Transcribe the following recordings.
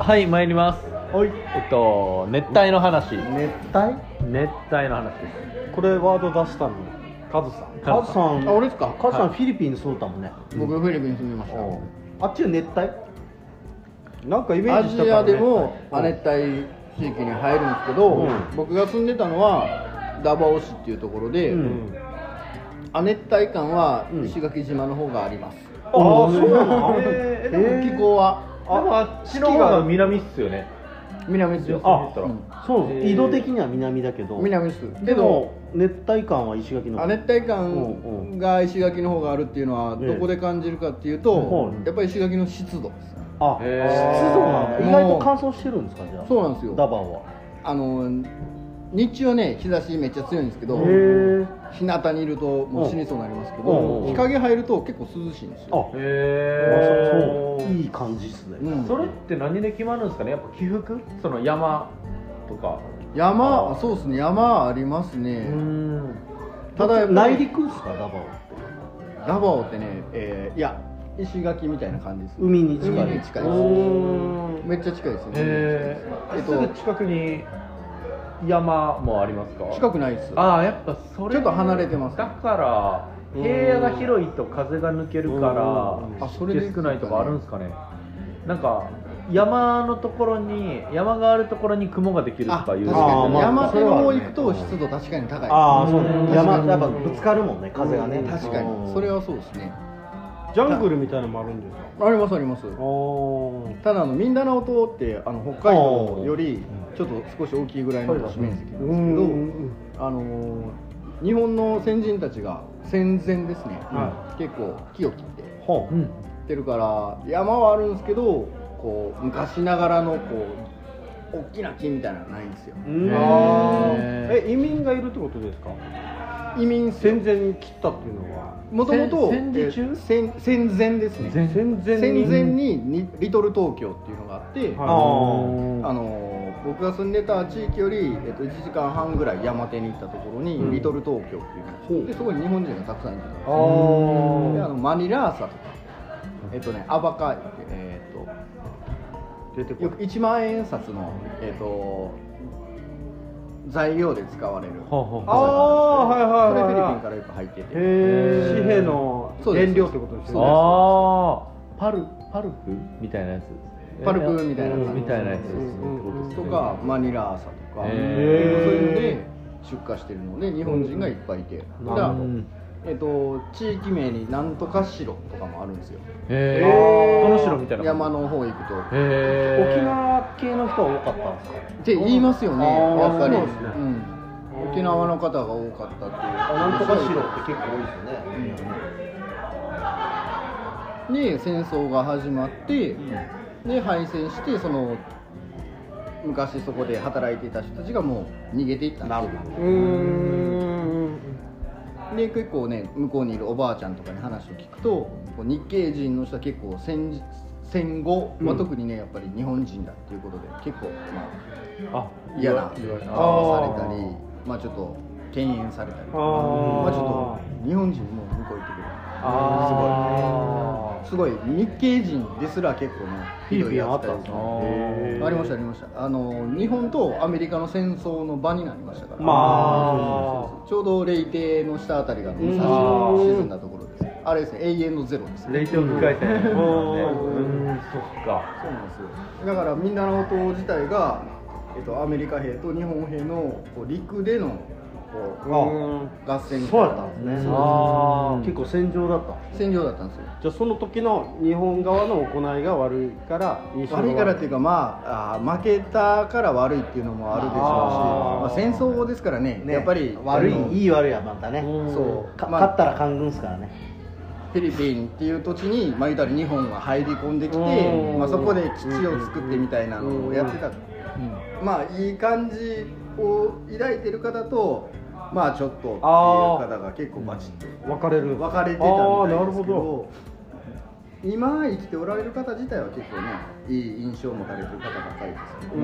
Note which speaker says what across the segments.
Speaker 1: はい、参ります。
Speaker 2: はい。
Speaker 1: 熱帯の話。
Speaker 2: 熱帯？
Speaker 1: 熱帯の話です。
Speaker 2: これワード出したのカズさん。
Speaker 1: カズさん。
Speaker 3: あ、俺ですか。
Speaker 2: カズさん、フィリピンに住んでたもんね。
Speaker 3: 僕フィリピンに住んでました。
Speaker 2: あっちは熱帯？なんかイメー
Speaker 3: アジア
Speaker 2: ジしたからね。
Speaker 3: でも亜熱帯地域に入るんですけど、僕が住んでたのはダバオ市っていうところで、亜熱帯感は石垣島の方があります。
Speaker 2: ああ、そうなの？
Speaker 3: でも気候は
Speaker 1: あっちの方が南っすよね。
Speaker 3: 南ですよ。
Speaker 2: そう。緯度的には南だけど。
Speaker 3: 南です。
Speaker 2: でも熱帯感は石垣の方。
Speaker 3: 亜熱帯感が石垣の方があるっていうのはどこで感じるかっていうと、やっぱり石垣の湿度です。
Speaker 2: あ、湿度なんだ。意外と乾燥してるんですか、じゃあ。
Speaker 3: そうなんですよ。
Speaker 2: ダバオは。
Speaker 3: 日中はね、日差しめっちゃ強いんですけど、日向にいるともう死にそうになりますけど、日陰入ると結構涼しいんですよ。
Speaker 2: いい感じですね。
Speaker 1: それって何で決まるんですかね。やっぱ起伏、その山とか。
Speaker 3: 山、そうですね、山ありますね。
Speaker 2: ただ内陸ですか、ダバオって。
Speaker 3: ダバオってね、いや石垣みたいな感じです。
Speaker 2: 海に近い。
Speaker 3: めっちゃ近いですね。
Speaker 1: すぐ近くに山もありますか？
Speaker 3: 近くないです。
Speaker 1: ああ、やっぱそれ
Speaker 3: ちょっと離れてます。
Speaker 1: だから平野が広いと風が抜けるから湿気少ないとかあるんですかね。なんか山のところに山があるところに雲ができるとかいう。
Speaker 3: 山手の方行くと湿度確かに高いです。
Speaker 2: ああ、そうね。山やっぱぶつかるもんね、風がね。
Speaker 3: 確かにそれはそうですね。
Speaker 2: ジャングルみたいなのもあるんですか？
Speaker 3: ありますあります。ただミンダナオ島って北海道よりちょっと少し大きいぐらいの都市面積なんですけど、日本の先人たちが戦前ですね、結構木を切ってってるから山はあるんですけど、こう昔ながらのこう大きな木みたいなのないんですよ。
Speaker 2: 移民がいるってことですか？
Speaker 3: 移民
Speaker 2: 戦前に切ったっていうのは
Speaker 3: もともと
Speaker 1: 戦時中？
Speaker 3: 戦前ですね。戦前にリトル東京っていうのがあって、僕が住んでた地域より1時間半ぐらい山手に行ったところにリトル東京っていうのがあって、そこに日本人がたくさんいてたんですよ。でマニラーサとかアバカ
Speaker 2: 出てこ
Speaker 3: よく1万円札の材料で使われる。それフィリピンからよく入ってて、
Speaker 2: 紙幣の原料ってことですよね。
Speaker 1: パルプみたいなやつ。
Speaker 3: パルプみたいな
Speaker 1: みたいなやつ
Speaker 3: とかマニラーサとか、そういうので出荷してるので日本人がいっぱいいて、地域名になんとか城とかもあるんですよ。
Speaker 1: どの城みたいな。
Speaker 3: 山の方行くと。
Speaker 2: 沖縄系の人は多かったんですか
Speaker 3: って言いますよね、やっぱり。沖縄の方が多かったっていう。
Speaker 2: なんとか城って結構多いですよ
Speaker 3: ね。で戦争が始まって、で敗戦して、その昔そこで働いていた人たちがもう逃げていったんですよ。で結構ね、向こうにいるおばあちゃんとかに話を聞くと、日系人の人は結構戦後、特にねやっぱり日本人だっていうことで結構嫌な顔をされたり、ちょっと敬遠されたり、ちょっと日本人も向こう行ってくれ、すごい日系人ですら結構ねひどいやつだったりありましたありました。日本とアメリカの戦争の場になりましたから。ちょうどレイテの下あたりが武蔵が沈んだところです。あれですね、永遠のゼロです。
Speaker 1: レイテを迎えて。そっか。
Speaker 3: そうなんですよ。だからミンダナオ島自体がアメリカ兵と日本兵の陸での合戦。
Speaker 2: そうだったんですね。結構戦場だった。
Speaker 3: 戦場だったんですよ。
Speaker 2: じゃあその時の日本側の行いが悪いから
Speaker 3: 悪いからっていうか、負けたから悪いっていうのもあるでしょうし、戦争ですからね、やっぱり
Speaker 2: 悪い、いい悪いはまたね。そう。勝ったら官軍ですからね。
Speaker 3: フィリピンっていう土地に言ったら日本が入り込んできて、そこで基地を作ってみたいなのをやってた。いい感じを抱いてる方と、ちょっとっていう方が結構バチッと分かれてたみたいですけど、今生きておられる方自体は結構ね、いい印象を持たれてる方ばっかり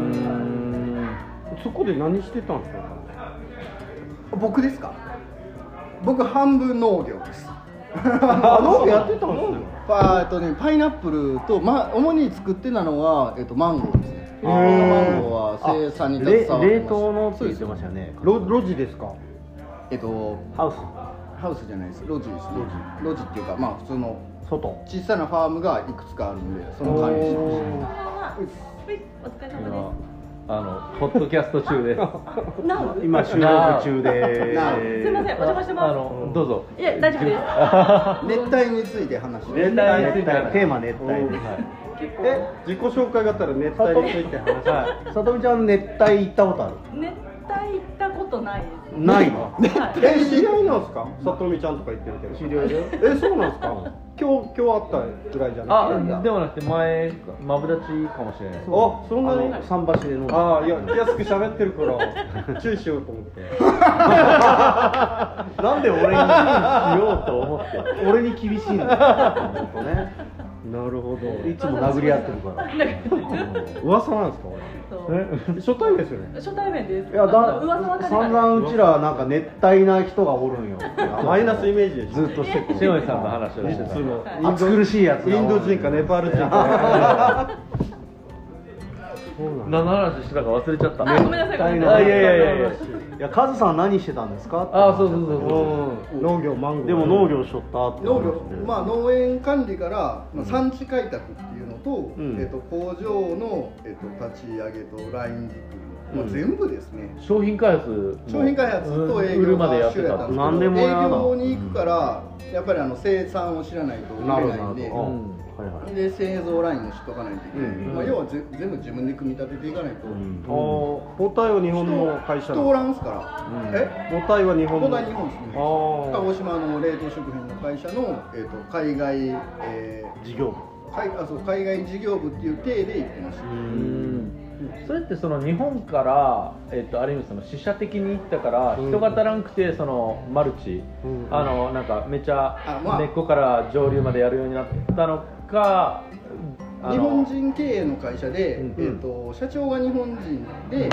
Speaker 3: です。
Speaker 2: そこで何してたんですか？
Speaker 3: 僕ですか？僕半分農業です。
Speaker 4: 農業やってたんですよ。
Speaker 3: パイナップルと、主に作ってたのは、マンゴーですね。マンゴーは生産に携わって
Speaker 2: 冷凍のって言ってましたよね。
Speaker 4: 路地ですか？
Speaker 2: ハ
Speaker 3: ウスじゃないです。路地ですね。路地っていうか、普通の
Speaker 2: 外
Speaker 3: 小さなファームがいくつかあるんで、その管理してました。
Speaker 5: お疲れ様です。
Speaker 1: ポッドキャスト中です。
Speaker 2: 今収録中で。
Speaker 5: すみません、お邪魔してます。
Speaker 1: どうぞ。
Speaker 5: いや、大丈夫です。
Speaker 3: 熱帯について話して。
Speaker 2: テーマ熱帯です。
Speaker 4: 自己紹介があったら熱帯について話します。
Speaker 2: さとみちゃん熱帯行ったことある？
Speaker 5: 熱帯行ったことないです。
Speaker 2: ないの？
Speaker 4: 知り合いなんですか？さとみちゃんとか言ってるけど。知り合いだよ。そうなんですか？今日会ったぐらいじゃなくて。
Speaker 1: ではなくて前マブダチかもしれない。
Speaker 4: そんなに
Speaker 2: 桟橋で飲んで。
Speaker 4: いや安く喋ってるから注意しようと思って。
Speaker 1: なんで俺にしようと思って。
Speaker 2: 俺に厳しいんだよ。
Speaker 4: なるほど。
Speaker 2: いつも殴り合ってるから。
Speaker 4: 噂なんですか？初対面ですよね。
Speaker 5: 初対面です。
Speaker 2: いや散々うちらなんか熱帯な人がおるんよ。
Speaker 4: マイナスイメージで
Speaker 2: ずっとしてて。
Speaker 1: しおりさんの話をしてた。
Speaker 2: 暑苦しいやつ。
Speaker 4: インド人かネパール人か。
Speaker 1: 何の話してたか忘れちゃった。
Speaker 5: ごめんなさい。
Speaker 1: いや。
Speaker 2: いやカズさん何してたんですか？
Speaker 1: そう。
Speaker 4: 農業マンゴー。
Speaker 2: でも農業しとったって。
Speaker 3: 農園管理から産地開拓っていうのと、工場の立ち上げとライン作り、全部ですね。
Speaker 1: 商品開発と
Speaker 3: 営業が主やったんですけど、営業に行くからやっぱり生産を知らないといけないんで。で製造ラインを知っとかないといけない。要は全部自分で組み立てていかないと。
Speaker 4: 母体は日本の会社。
Speaker 3: 人おらんすから。
Speaker 4: 母体は日本。
Speaker 3: 母体日本ですね。鹿児島の冷凍食品の会社の海外
Speaker 2: 事業部。
Speaker 3: 海外事業部っていう体で行ってました。
Speaker 1: それってその日本から、ある意味その支社的に行ったから人が足らんくてそのマルチ、なんかめちゃ根っこから上流までやるようになったのか。
Speaker 3: 日本人経営の会社で、社長が日本人で、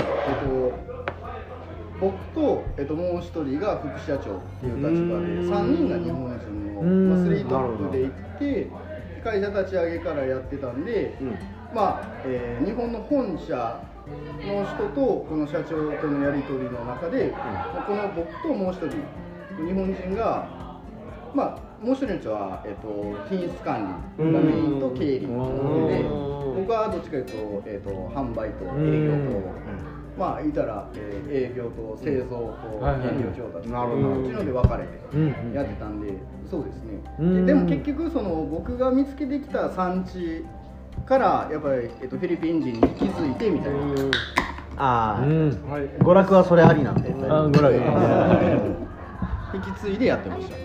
Speaker 3: 僕と、もう一人が副社長っていう立場で3人が日本人の、3トップで行って会社立ち上げからやってたんで、日本の本社の人とこの社長とのやり取りの中で、この僕ともう一人日本人が、もう一人の人は、品質管理がメインと経理ので、僕はどっちかというと、販売と営業と、言ったら、営業と製造と原料調達、こっちので分かれてやってたんで、そうですね。でも結局その僕が見つけてきた産地からやっぱり、フィリピン人に気づいてみたいな。
Speaker 2: 娯楽はそれありなんで。
Speaker 1: 娯楽。
Speaker 3: 引き継いでやってました。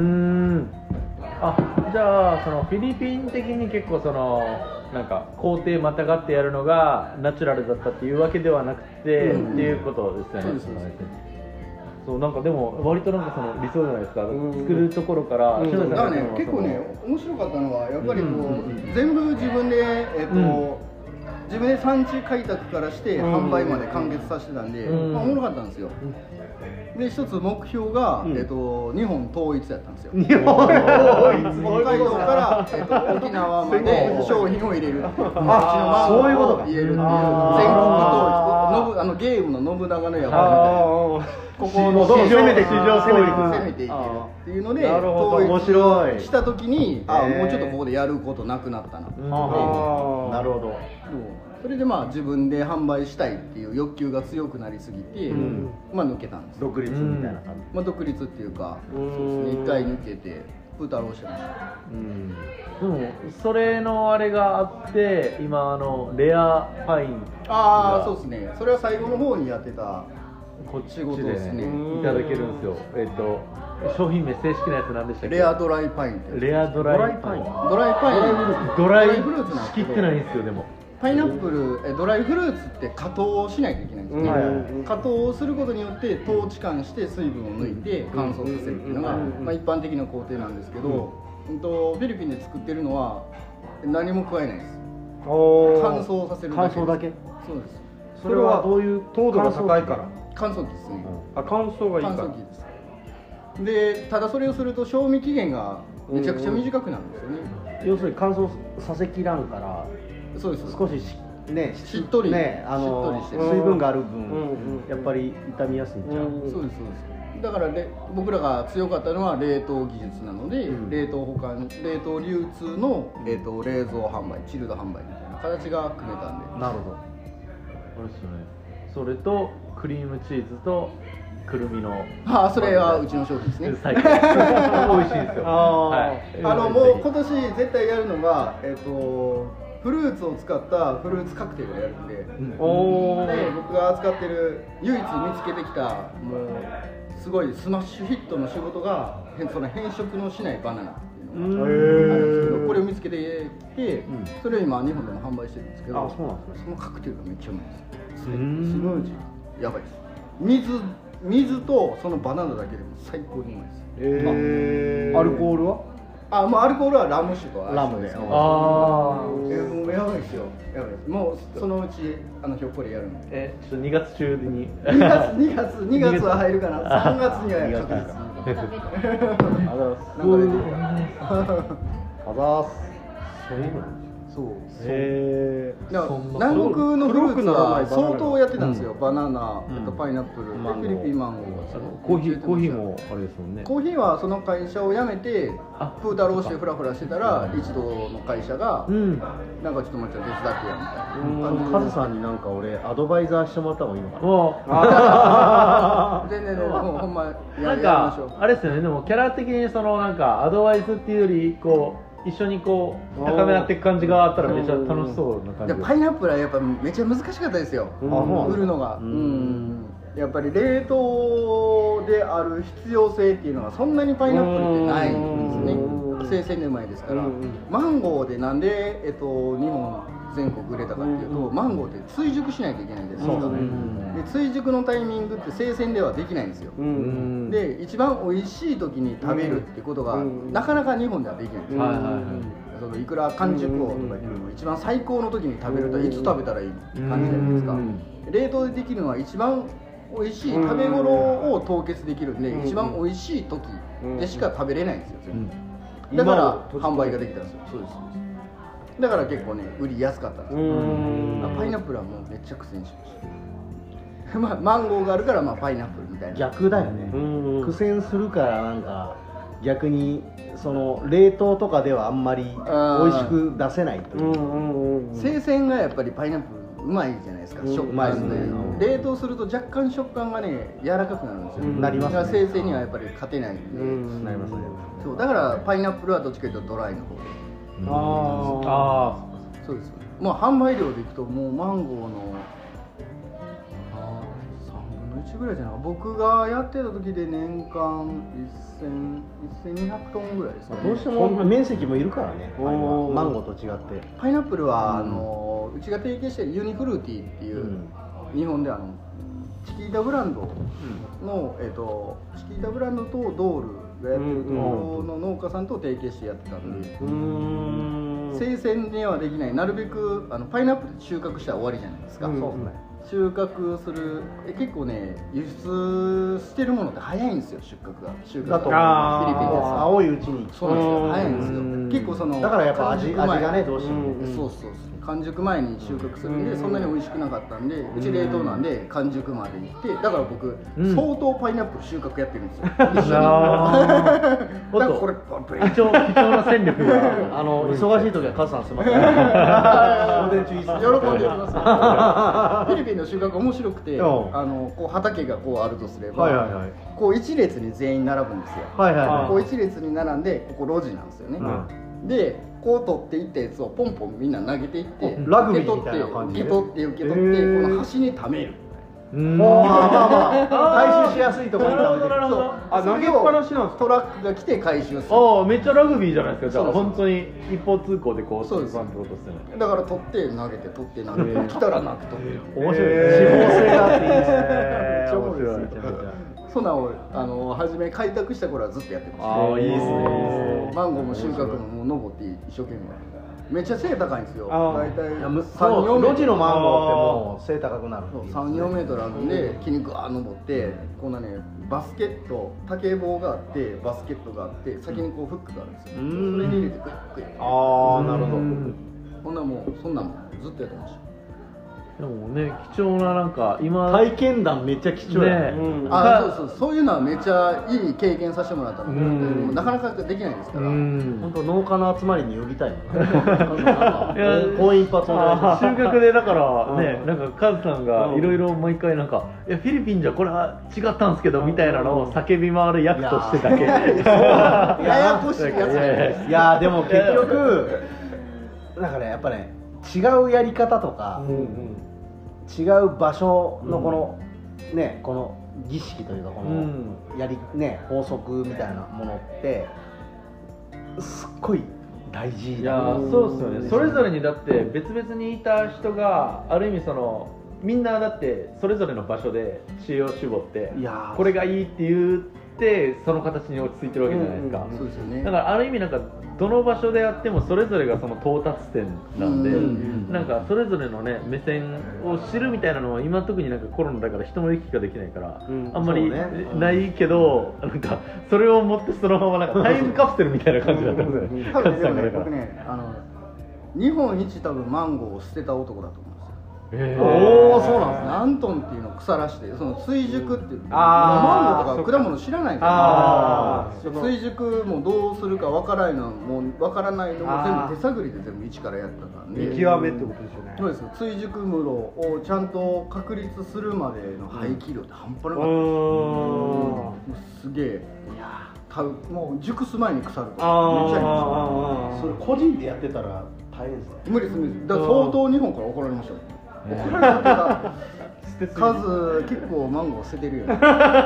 Speaker 1: じゃあそのフィリピン的に結構そのなんか工程またがってやるのがナチュラルだったっていうわけではなくて、っていうことですよね。そうなんかでも割となんかその理想じゃないですか。作るところから。
Speaker 3: だからね結構ね面白かったのはやっぱりこう全部自分で自分で産地開拓からして販売まで完結させてたんで、おもろかったんですよ。で一つ目標が、日本統一やったんですよ。日本統一。北海道から、沖縄まで商品を入れるっていう。そういうことか。入れるっていう全国統一。ゲームの信長の野望みたいな。ここの
Speaker 2: 攻めていく
Speaker 3: 攻めていけるっていうので統一した時にもうちょっとここでやることなくなったな。な
Speaker 2: るほど。
Speaker 3: それで自分で販売したいっていう欲求が強くなりすぎて、抜けたんです。
Speaker 2: 独立みたいな感じ。
Speaker 3: 独立っていうか、そうですね。一回抜けてプータローしてました。
Speaker 1: でもそれのあれがあって今レアパイン。
Speaker 3: そうですね。それは最後の方にやってた。
Speaker 1: こっちでねいただけるんですよ。商品名正式なやつなんでしたっけ？
Speaker 3: レアドライパインって。
Speaker 1: レアドライパイン。
Speaker 3: ドライパイン。
Speaker 1: ドライフルーツ仕切ってないんですよ。でも
Speaker 3: パイナップルドライフルーツって加糖をしないといけないんですね。加糖をすることによって糖置換して水分を抜いて乾燥させるっていうのが一般的な工程なんですけど、フィリピンで作ってるのは何も加えないです。乾燥させるだけ。
Speaker 2: 乾燥だけ。
Speaker 3: そうです。
Speaker 4: それはどういう糖度が高いから？
Speaker 3: 乾燥機ですね。
Speaker 4: 乾燥がいいから。
Speaker 3: 乾燥機です。 でただそれをすると賞味期限がめちゃくちゃ短くなるんですよね。
Speaker 2: 要するに乾燥させきらんから
Speaker 3: そうです。
Speaker 2: 少しね
Speaker 3: しっとり
Speaker 2: ね
Speaker 3: しっとりしてる
Speaker 2: 水分がある分やっぱり傷みやすいんちゃう。
Speaker 3: そうですそうです。だから僕らが強かったのは冷凍技術なので、冷凍保管冷凍流通の、冷蔵販売チルド販売みたいな形が組めたんで。
Speaker 2: なるほど。
Speaker 1: あれですよね。それとクリームチーズとくるみの。
Speaker 3: それはうちの商品ですね。
Speaker 1: 最高。美味しいですよ。
Speaker 4: はい。
Speaker 3: もう今年絶対やるのがフルーツを使ったフルーツカクテルをやるんで、で僕が扱ってる唯一見つけてきたもうすごいスマッシュヒットの仕事がその変色のしないバナナっていうのがあるんですけど、これを見つけてきて、それを今日本でも販売してるんですけど、
Speaker 2: そうなんですね。
Speaker 3: そのカクテルがめっちゃうまいです。スムージーやばいです。水とそのバナナだけでも最高にうまいです。
Speaker 2: アルコールは？
Speaker 3: もうアルコールはラム酒と
Speaker 2: ラムで。
Speaker 3: もうやばいですよ。やばいです。もうそのうちひょっこりやるんで。
Speaker 1: ちょっと2月中に。
Speaker 3: 2月は入るかな。3月には確実に。そう。南国のフルーツは相当やってたんですよ。バナナ、パイナップル、フィリピンマンゴー。
Speaker 1: コーヒーもあれですもんね。
Speaker 3: コーヒーはその会社を辞めてプータローしてフラフラしてたら一同の会社がなんかちょっと待って手伝ってやみたいな。
Speaker 2: カズさんになんか俺アドバイザーしてもらった方がいいのかな。
Speaker 3: 全然もうほんま
Speaker 1: なんかあれですよね。でもキャラ的にそのなんかアドバイスっていうよりこう一緒にこう高め合っていく感じがあったらめっちゃ楽しそうな感じ。
Speaker 3: パイナップルはやっぱめちゃ難しかったですよ。売るのが。やっぱり冷凍である必要性っていうのはそんなにパイナップルってないんですね。生鮮でうまいですから。マンゴーでなんで日本全国売れたかっていうと、マンゴーって追熟しないといけないんですよ。で追熟のタイミングって生鮮ではできないんですよ。で一番美味しい時に食べるってことがなかなか日本ではできないんですよ。そのいくら完熟をとか言っても一番最高の時に食べるといつ食べたらいい感じじゃないですか。冷凍でできるのは一番美味しい食べ頃を凍結できるんで、一番美味しい時でしか食べれないんですよ。だから販売ができたんですよ。そうです。だから結構ね売りやすかったんですよ。パイナップルはもうめっちゃ苦戦しました。マンゴーがあるからパイナップルみたいな。
Speaker 2: 逆だよね。苦戦するからなんか逆にその冷凍とかではあんまり美味しく出せないという。
Speaker 3: 生鮮がやっぱりパイナップルうまいじゃないですか。食感で冷凍すると若干食感がね柔らかくなるんですよ。
Speaker 2: なりますね。
Speaker 3: 生鮮にはやっぱり勝てないんで。
Speaker 2: なりますね。
Speaker 3: そうだからパイナップルはどっちかというとドライの方で。そうです。もう販売量でいくともうマンゴーの3分の1ぐらいじゃないか。僕がやってた時で年間1200トンぐらいですかね。
Speaker 2: どうしても面積もいるからね。マンゴーと違って。
Speaker 3: パイナップルはうちが提携してるユニフルーティーっていう日本でチキータブランドのチキータブランドとドールがやってるところの農家さんと提携してやってたんで、生鮮にはできない。なるべくパイナップル収穫したら終わりじゃないですか。そうですね。収穫する結構ね輸出してるものって早いんですよ。収穫がフィリピンです。
Speaker 2: 青いうちに。
Speaker 3: そうなんですよ。早いんですよ。結構その
Speaker 2: だからやっぱ味がねどうしても。
Speaker 3: そう完熟前に収穫するんでそんなに美味しくなかったんで、うち冷凍なんで完熟まで行って、だから僕相当パイナップル収穫やってるんですよ。一緒に。だからこれ
Speaker 1: 貴重な戦力が
Speaker 2: 忙しい時はカズさんすみません。
Speaker 3: 喜んでおります。フィリピンの収穫面白くて、こう畑がこうあるとすれば、こう一列に全員並ぶんですよ。こう一列に並んでここ路地なんですよね。でこう取っていったやつをポンポンみんな投げていって
Speaker 2: ラグビーみたいな感じで
Speaker 3: 受け取ってこの端に貯める。
Speaker 2: 回収しやすいところに貯めてる。
Speaker 4: 投げっぱなしなんですか。
Speaker 3: トラックが来て回収する。
Speaker 1: めっちゃラグビーじゃないですか。じゃあ本当に一方通行でこう
Speaker 3: そうです。だから取って投げて取って投げて来たらなくと
Speaker 2: 面白い。指導性があっていいですね。
Speaker 3: めっちゃ面白いです。そんなを初め開拓した頃はずっとやってました。
Speaker 1: いいですね。
Speaker 3: マンゴーも収穫も登って一生懸命。 めっちゃ背高いんですよ。大体
Speaker 2: いやもう
Speaker 3: 3、4メートル。
Speaker 2: 路地のマンゴーってもう背高くなるっていう
Speaker 3: 3、4メートルあるんで、木にグワー登って、こんなね、バスケット、竹棒があって、バスケットがあって、先にこうフックがあるんですよ。それに入れてグッグッ。
Speaker 2: ああなるほど。
Speaker 3: こんなもう、そんなんもずっとやってました。
Speaker 1: でもね、貴重ななんか今
Speaker 2: 体験談めっちゃ貴重や
Speaker 1: ね。
Speaker 3: そういうのはめっちゃいい経験させてもらったので、もうなかなかできないですから。
Speaker 2: 本当農家の集まりに呼びたいの。公園一発お願いします。
Speaker 1: 収穫でだからね、なんかカズさんがいろいろ毎回なんか、いやフィリピンじゃこれは違ったんですけどみたいなのを叫び回る役としてだけ。
Speaker 3: ややこしいやつじゃないです。
Speaker 2: いやでも結局なんかねやっぱね違うやり方とか。違う場所のこの、ねこの儀式というかこの法則みたいなものってすっごい大事だ。
Speaker 1: いやそうですよね。それぞれにだって別々にいた人がある意味そのみんなだってそれぞれの場所で知恵を絞ってこれがいいって言ってその形に落ち着いてるわけじゃないですか。
Speaker 3: そうですよね。
Speaker 1: だからある意味なんかどの場所であってもそれぞれがその到達点なんで、なんかそれぞれのね目線を知るみたいなのは今特になんかコロナだから人の行き来ができないからあんまりないけど、なんかそれを持ってそのままなんかタイムカプセルみたいな感じだったんですよね。
Speaker 3: 多分ね僕ね日本一多分マンゴーを捨てた男だと思うんですよ。
Speaker 2: おおそうなんですね。
Speaker 3: 何トンっていうのを腐らしてその追熟っていうマンゴーとか果物知らないから追熟もどうするかわからないのも全部手探りで全部一からやったからね。
Speaker 4: 見極めってことですよね。
Speaker 3: そうです。追熟室をちゃんと確立するまでの排気量って半端なかった。すげえもう熟す前に腐るとめっちゃいいんですよ。
Speaker 2: それ個人でやってたら大変ですね。
Speaker 3: 無理です無理です。だから相当日本から怒られましたよ。怒られた数結構マンゴー捨ててるよね。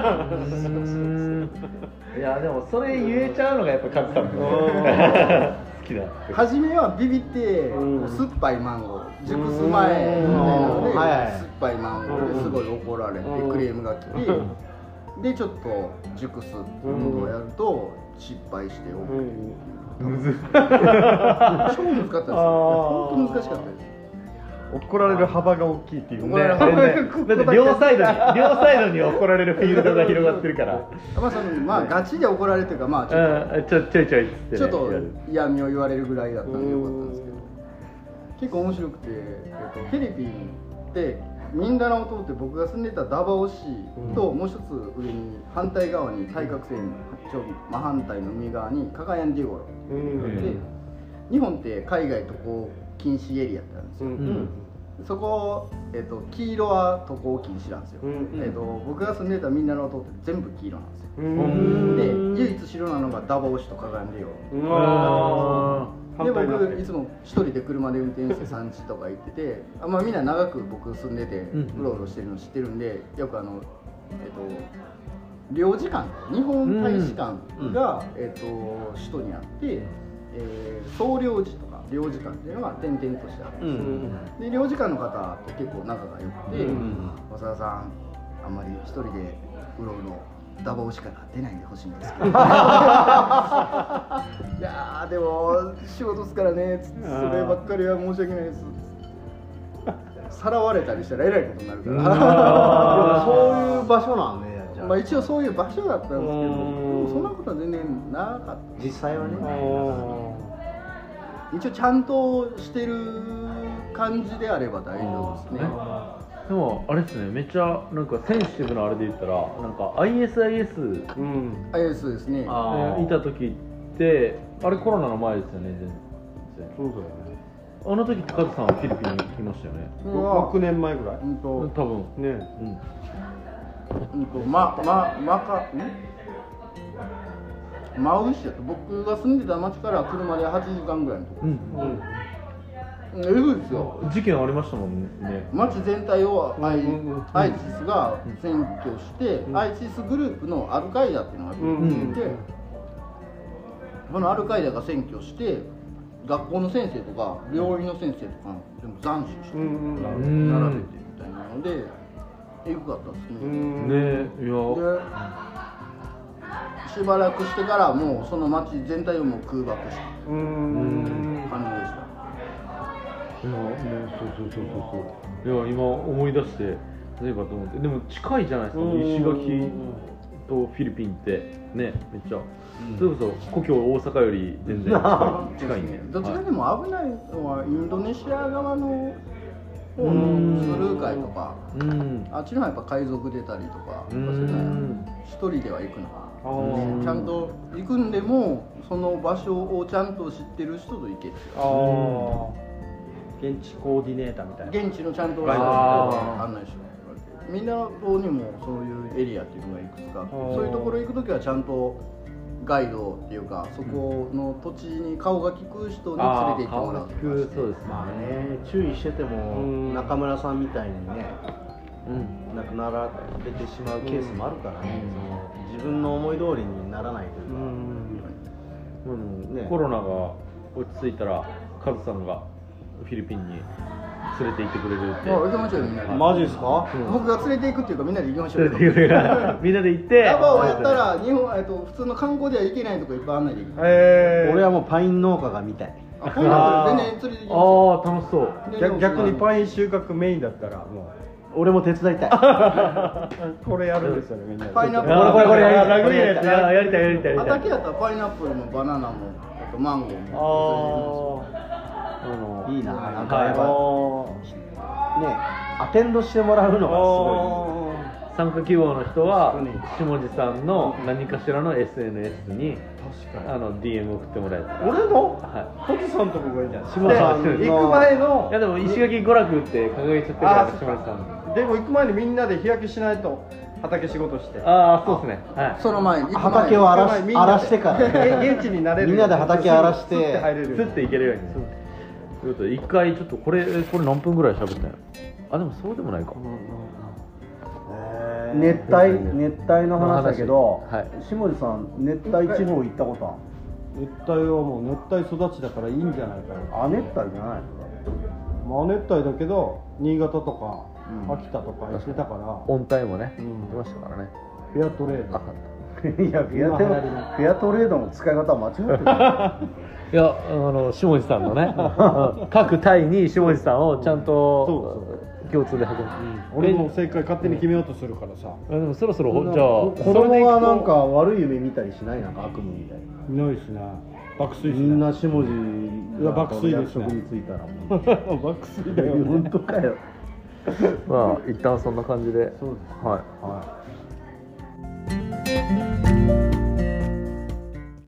Speaker 1: いやでもそれ言えちゃうのがやっぱカズさん好きだ。
Speaker 3: 初めはビビって酸っぱいマンゴー熟す前みたいなので酸っぱいマンゴーですごい怒られてクレームが来てでちょっと熟すのをやると失敗して怒る。超難かったですよ。本当難しかったです。
Speaker 4: 怒られる幅が大きいっていうね。
Speaker 1: だって両サイドに怒られるフィールドが広がってるから。
Speaker 3: まあガチで怒られるというかまあ
Speaker 1: ちょいって
Speaker 3: ちょっと嫌味を言われるぐらいだったんでよかったんですけど、結構面白くてフィリピンってミンダナオ島って僕が住んでたダバオ市ともう一つ上に反対側に対角線の真反対の海側にカカヤンディゴロで日本って海外渡航禁止エリアってあるんですよ。そこ、黄色は渡航禁止なんですよ。僕が住んでたミンダナオ島って全部黄色なんですよ。で唯一白なのがダバオ市とカカヤンディゴロで僕いつも一人で車で運転して産地とか行っててみんな長く僕住んでてうろうろしてるの知ってるんでよく領事館日本大使館が、首都にあって、総領事とか領事館っていうのが点々としてあるんですよ。で領事館の方って結構仲が良くて「長田さんあんまり一人でうろうろダバオ市から出ないでほしいんですけどいやでも仕事っすからねつってそればっかりは申し訳ないですさらわれたりしたらえらいことになるから
Speaker 2: そういう場所なんね。
Speaker 3: まあ一応そういう場所だったんですけどそんなことは全然なかった。
Speaker 2: 実際はね
Speaker 3: 一応ちゃんとしてる感じであれば大丈夫ですね。
Speaker 1: でもあれですね、めっちゃなんかセンシティブなあれで言ったらなんか ISIS
Speaker 3: ですね。
Speaker 1: いた時ってあれコロナの前ですよね。
Speaker 4: そうだよね。
Speaker 1: あの時ってカズさんはフィリピンに来ましたよね。
Speaker 4: 6年前ぐらい。
Speaker 1: 多分
Speaker 4: ね。
Speaker 3: マウイ市だと僕が住んでた町から車で8時間ぐらいのところですよ。ですよ。
Speaker 1: 事件ありましたもんね。
Speaker 3: 町全体をアイシスが占拠してアイシスグループのアルカイダっていうのがいてこのアルカイダが占拠して学校の先生とか病院の先生とか全部斬首して並べてみたいなのでエグかったですね。
Speaker 1: いや
Speaker 3: しばらくしてからもうその町全体をもう空爆した感じでした。
Speaker 1: いや今思い出して例えばと思って、でも近いじゃないですか、石垣とフィリピンってね、めっちゃ、それこそ故郷大阪より全然近いんで、
Speaker 3: どちらでも危ないのはインドネシア側の方のスルー海とか、あっちの方はやっぱ海賊出たりとか、一人では行くのちゃんと行くんでもその場所をちゃんと知ってる人と行けって。
Speaker 4: 現地コーディネーターみたいな、
Speaker 3: 現地のちゃんと案内してみんな島にもそういうエリアっていうのがいくつかあって、そういうところ行くときはちゃんとガイドっていうか、そこの土地に顔が利く人に連れて行ってもらう。
Speaker 1: そうですね。
Speaker 2: まあね、注意してても中村さんみたいにね、亡くなられてしまうケースもあるからね、自分の思い通りにならないというか、
Speaker 1: コロナが落ち着いたらカズさんがフィリピンに連れて行ってくれるって。
Speaker 3: 行きましょうよ、みんなで。
Speaker 4: マジですか？
Speaker 3: 僕が連れて行くっていうか、みんなで行きましょうよ。
Speaker 1: みんなで行って、
Speaker 3: ダバオやったら日本普通の観光では行けないとこいっぱい案内できる。
Speaker 2: 俺はもうパイン農家が見たい。
Speaker 3: 全然連れて行きますよ。
Speaker 1: 楽しそう。
Speaker 4: 逆にパイン収穫メインだったらもう
Speaker 2: 俺も手伝いたい。
Speaker 4: これやるんですよね、みんなで。
Speaker 3: パイナップル、
Speaker 1: これやりたい。
Speaker 3: 畑やったらパイナップルもバナナもマンゴーも
Speaker 2: いいな、なんかやっぱね、アテンドしてもらうのがすごい。
Speaker 1: 参加希望の人は下地さんの何かしらの SNS にDM 送ってもらえたら。
Speaker 4: 俺のトキさんとこがいいじゃん。
Speaker 2: 下地さん
Speaker 4: 行く前の、
Speaker 1: いやでも石垣娯楽って掲げちゃってるから下地さん。
Speaker 4: でも行く前にみんなで日焼けしないと。畑仕事して。
Speaker 1: そうですね。
Speaker 3: その前に
Speaker 2: 畑を荒らしてから
Speaker 4: 現地になれる。
Speaker 2: みんなで畑荒らして
Speaker 1: スッて行けるように。ということで一回ちょっとこれ何分ぐらい喋ったんやろ。でもそうでもないか。
Speaker 2: 熱帯の話だけど、下地さん熱帯地方行ったことある？
Speaker 4: 熱帯はもう熱帯育ちだからいいんじゃないかな。
Speaker 2: 亜熱帯じゃない
Speaker 4: の？亜熱帯だけど新潟とか秋田とか行ってたから。
Speaker 1: 温帯もね、出ましたからね。
Speaker 4: フェアトレード。
Speaker 2: いやフェアトレードの使い方は間違ってる。
Speaker 1: いや下地さんのね各隊に下地さんをちゃんと共通で運ぶ。
Speaker 4: 俺も正解勝手に決めようとするからさ。
Speaker 1: でもそろそろじゃあ
Speaker 2: 子供はなんか悪い夢見たりしない？なんか悪夢みたいな。
Speaker 4: いないしな。爆睡し
Speaker 2: みんな下地が
Speaker 4: 爆睡ですね。
Speaker 2: 役職に就いたら
Speaker 4: 爆睡だよ。
Speaker 2: 本当かよ。
Speaker 1: まあ一旦そんな感じで。
Speaker 2: そうです。
Speaker 1: はい。